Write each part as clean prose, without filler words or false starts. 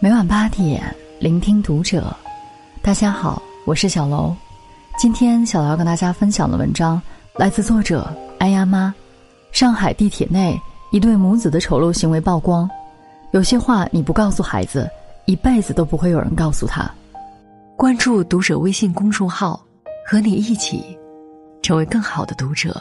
每晚8点，聆听读者。大家好，我是小楼。今天小楼要跟大家分享的文章来自作者哎呀妈。上海地铁内，一对母子的丑陋行为曝光。有些话你不告诉孩子，一辈子都不会有人告诉他。关注读者微信公众号，和你一起成为更好的读者。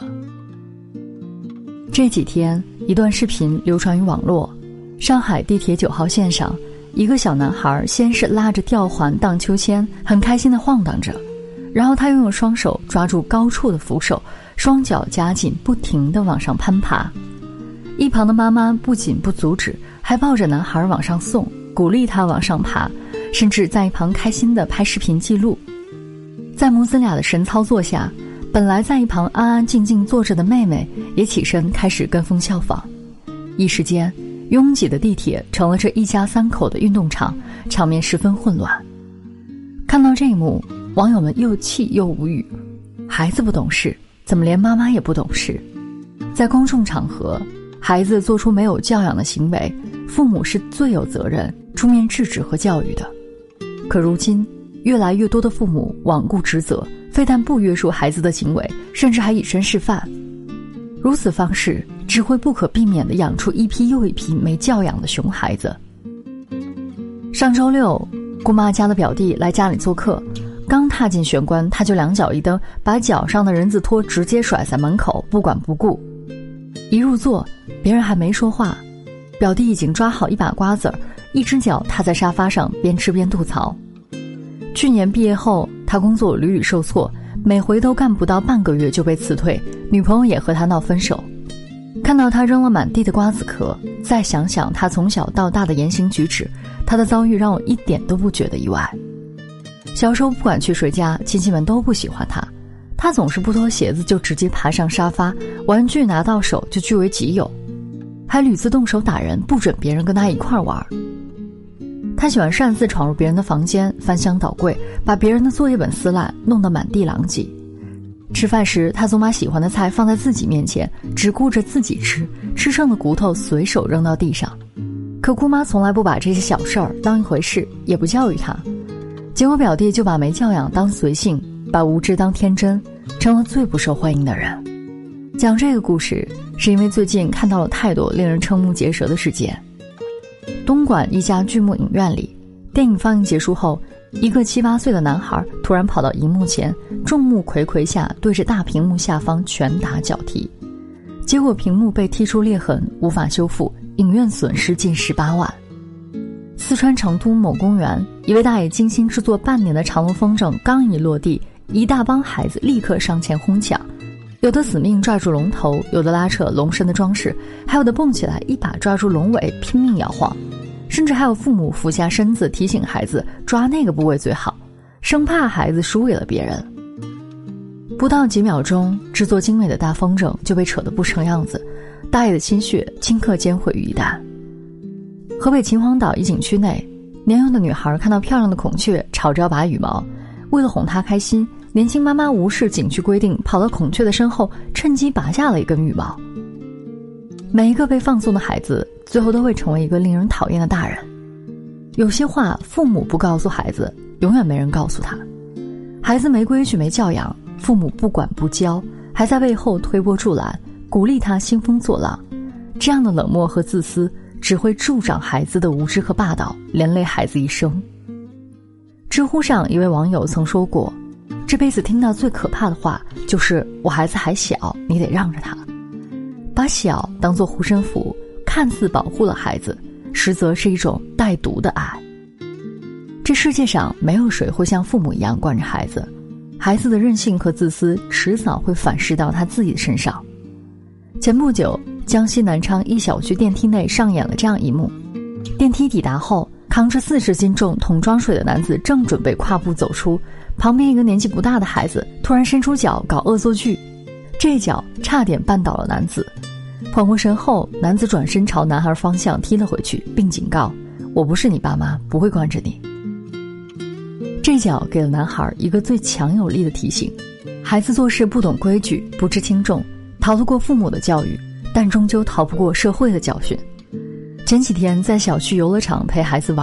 这几天，一段视频流传于网络。上海地铁9号线上，一个小男孩先是拉着吊环荡秋千，很开心地晃荡着，然后他又用双手抓住高处的扶手，双脚夹紧，不停地往上攀爬。一旁的妈妈不仅不阻止，还抱着男孩往上送，鼓励他往上爬，甚至在一旁开心地拍视频记录。在母子俩的神操作下，本来在一旁安安静静坐着的妹妹也起身开始跟风效仿。一时间，拥挤的地铁成了这一家3口的运动场，场面十分混乱。看到这一幕，网友们又气又无语。孩子不懂事，怎么连妈妈也不懂事？在公众场合，孩子做出没有教养的行为，父母是最有责任出面制止和教育的。可如今，越来越多的父母罔顾职责，非但不约束孩子的行为，甚至还以身示范。如此方式只会不可避免地养出一批又一批没教养的熊孩子。上周六，姑妈家的表弟来家里做客，刚踏进玄关，他就2脚一蹬，把脚上的人字拖直接甩在门口，不管不顾。一入座，别人还没说话，表弟已经抓好一把瓜子儿，一只脚踏在沙发上，边吃边吐槽。去年毕业后，他工作屡屡受挫，每回都干不到半个月就被辞退，女朋友也和他闹分手。看到他扔了满地的瓜子壳，再想想他从小到大的言行举止，他的遭遇让我一点都不觉得意外。小时候不管去谁家，亲戚们都不喜欢他，他总是不脱鞋子就直接爬上沙发，玩具拿到手就据为己有，还屡次动手打人，不准别人跟他一块玩。他喜欢擅自闯入别人的房间，翻箱倒柜，把别人的作业本撕烂，弄得满地狼藉。吃饭时，他总把喜欢的菜放在自己面前，只顾着自己吃，吃剩的骨头随手扔到地上。可姑妈从来不把这些小事儿当一回事，也不教育他。结果表弟就把没教养当随性，把无知当天真，成了最不受欢迎的人。讲这个故事，是因为最近看到了太多令人瞠目结舌的事件。东莞一家巨幕影院里，电影放映结束后，一个7、8岁的男孩突然跑到荧幕前，众目睽睽下对着大屏幕下方拳打脚踢，结果屏幕被踢出裂痕，无法修复，影院损失近18万。四川成都某公园，一位大爷精心制作半年的长龙风筝刚一落地，一大帮孩子立刻上前哄抢，有的死命抓住龙头，有的拉扯龙身的装饰，还有的蹦起来一把抓住龙尾拼命摇晃，甚至还有父母俯下身子提醒孩子抓那个部位最好，生怕孩子输给了别人。不到几秒钟，制作精美的大风筝就被扯得不成样子，大爷的心血顷刻间毁于一旦。河北秦皇岛一景区内，年幼的女孩看到漂亮的孔雀，吵着要拔羽毛，为了哄她开心，年轻妈妈无视景区规定，跑到孔雀的身后，趁机拔下了一根羽毛。每一个被放纵的孩子，最后都会成为一个令人讨厌的大人。有些话父母不告诉孩子，永远没人告诉他。孩子没规矩没教养，父母不管不教，还在背后推波助澜，鼓励他兴风作浪。这样的冷漠和自私，只会助长孩子的无知和霸道，连累孩子一生。知乎上一位网友曾说过，这辈子听到最可怕的话就是我孩子还小，你得让着他。把小当作护身符，看似保护了孩子，实则是一种带毒的爱。这世界上没有谁会像父母一样惯着孩子，孩子的任性和自私迟早会反噬到他自己的身上。前不久，江西南昌一小区电梯内上演了这样一幕：电梯抵达后，扛着40斤重桶装水的男子正准备跨步走出，旁边一个年纪不大的孩子突然伸出脚搞恶作剧，这一脚差点绊倒了男子。缓过神后，男子转身朝男孩方向踢了回去，并警告：我不是你爸妈，不会惯着你。这脚给了男孩一个最强有力的提醒：孩子做事不懂规矩，不知轻重，逃得过父母的教育，但终究逃不过社会的教训。前几天在小区游乐场陪孩子玩，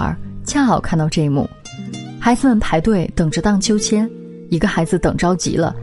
恰好看到这一幕，孩子们排队等着荡秋千，一个孩子等着急了，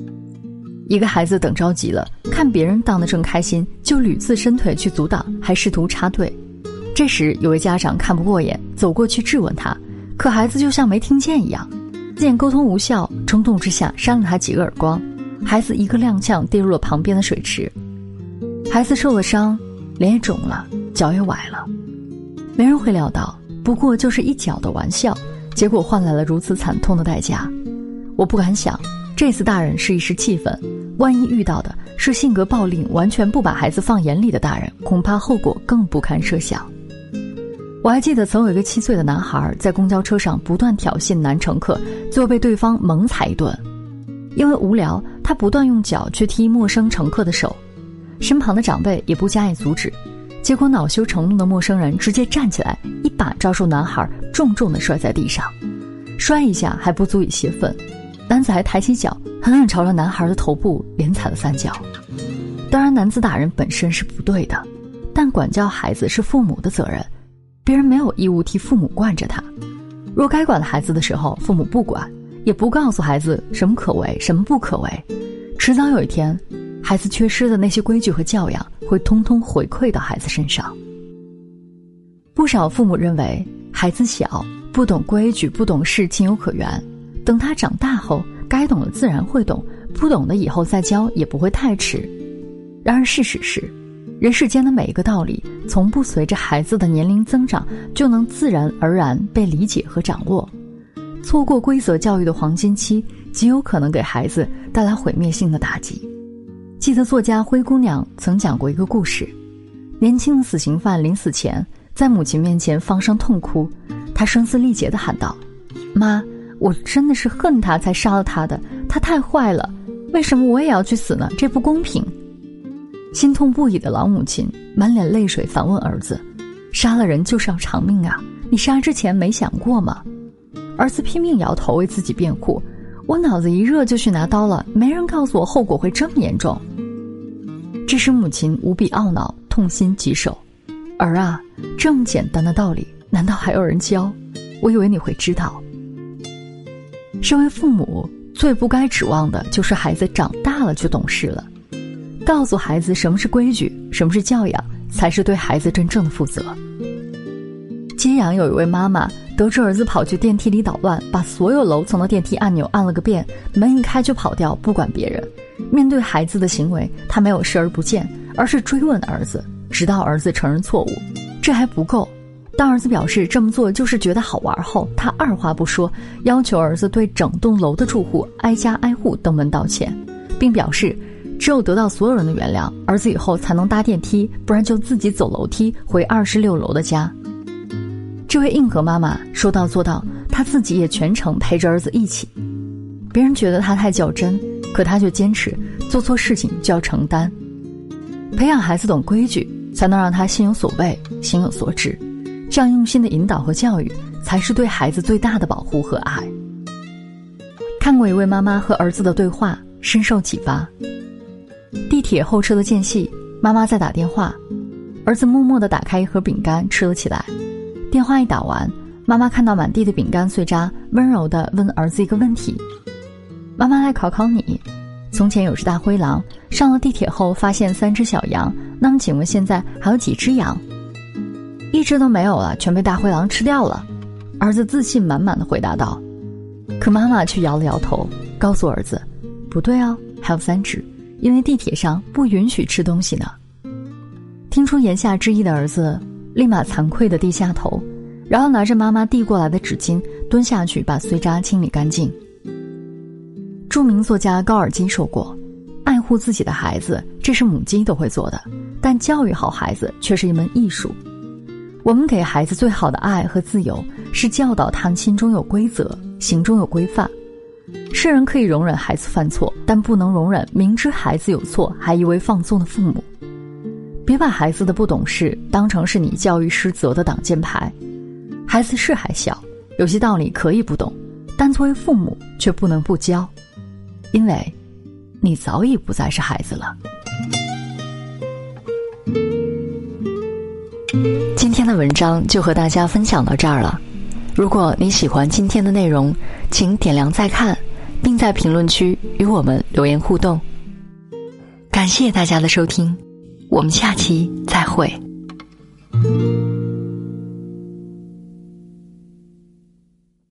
看别人荡得正开心，就屡次伸腿去阻挡，还试图插队。这时有位家长看不过眼，走过去质问他，可孩子就像没听见一样。见沟通无效，冲动之下扇了他几个耳光，孩子一个踉跄跌入了旁边的水池。孩子受了伤，脸也肿了，脚也崴了。没人会料到，不过就是一脚的玩笑，结果换来了如此惨痛的代价。我不敢想，这次大人是一时气愤，万一遇到的是性格暴戾、完全不把孩子放眼里的大人，恐怕后果更不堪设想。我还记得曾有一个7岁的男孩在公交车上不断挑衅男乘客，最后被对方猛踩一顿。因为无聊，他不断用脚去踢陌生乘客的手，身旁的长辈也不加以阻止，结果恼羞成怒的陌生人直接站起来，一把抓住男孩，重重地摔在地上。摔一下还不足以泄愤，男子还抬起脚狠狠朝着男孩的头部连踩了3脚。当然男子打人本身是不对的，但管教孩子是父母的责任，别人没有义务替父母惯着他。若该管孩子的时候父母不管，也不告诉孩子什么可为什么不可为，迟早有一天孩子缺失的那些规矩和教养会通通回馈到孩子身上。不少父母认为孩子小，不懂规矩不懂事情有可原，等他长大后该懂的自然会懂，不懂的以后再教也不会太迟。然而事实是，人世间的每一个道理从不随着孩子的年龄增长就能自然而然被理解和掌握。错过规则教育的黄金期，极有可能给孩子带来毁灭性的打击。记得作家灰姑娘曾讲过一个故事，年轻的死刑犯临死前在母亲面前放声痛哭，他声嘶力竭地喊道：妈，我真的是恨他才杀了他的，他太坏了，为什么我也要去死呢？这不公平。心痛不已的老母亲满脸泪水反问儿子，杀了人就是要偿命啊，你杀之前没想过吗？儿子拼命摇头为自己辩护，我脑子一热就去拿刀了，没人告诉我后果会这么严重。这时母亲无比懊恼，痛心疾首，儿啊，这么简单的道理难道还有人教？我以为你会知道。身为父母，最不该指望的就是孩子长大了就懂事了。告诉孩子什么是规矩，什么是教养，才是对孩子真正的负责。揭阳有一位妈妈得知儿子跑去电梯里捣乱，把所有楼层的电梯按钮按了个遍，门一开就跑掉，不管别人。面对孩子的行为，她没有视而不见，而是追问儿子，直到儿子承认错误。这还不够，当儿子表示这么做就是觉得好玩后，她二话不说，要求儿子对整栋楼的住户挨家挨户登门道歉，并表示只有得到所有人的原谅，儿子以后才能搭电梯，不然就自己走楼梯回26楼的家。这位硬核妈妈说到做到，她自己也全程陪着儿子一起。别人觉得她太较真，可她却坚持做错事情就要承担。培养孩子懂规矩，才能让他心有所畏，心有所指。这样用心的引导和教育，才是对孩子最大的保护和爱。看过一位妈妈和儿子的对话，深受启发。地铁候车的间隙，妈妈在打电话，儿子默默地打开一盒饼干吃了起来。电话一打完，妈妈看到满地的饼干碎渣，温柔地问儿子一个问题：妈妈来考考你，从前有只大灰狼，上了地铁后发现3只小羊，那么请问现在还有几只羊？1只都没有了，全被大灰狼吃掉了。儿子自信满满地回答道。可妈妈却摇了摇头，告诉儿子，不对哦，还有3只，因为地铁上不允许吃东西呢。听出言下之意的儿子立马惭愧地低下头，然后拿着妈妈递过来的纸巾蹲下去把碎渣清理干净。著名作家高尔基说过，爱护自己的孩子，这是母鸡都会做的，但教育好孩子却是一门艺术。我们给孩子最好的爱和自由，是教导他心中有规则，行中有规范。世人可以容忍孩子犯错，但不能容忍明知孩子有错还一味放纵的父母。别把孩子的不懂事当成是你教育失责的挡箭牌。孩子是还小，有些道理可以不懂，但作为父母却不能不教，因为你早已不再是孩子了。今天的文章就和大家分享到这儿了。 如果你喜欢今天的内容，请点亮再看，并在评论区与我们留言互动。感谢大家的收听，我们下期再会。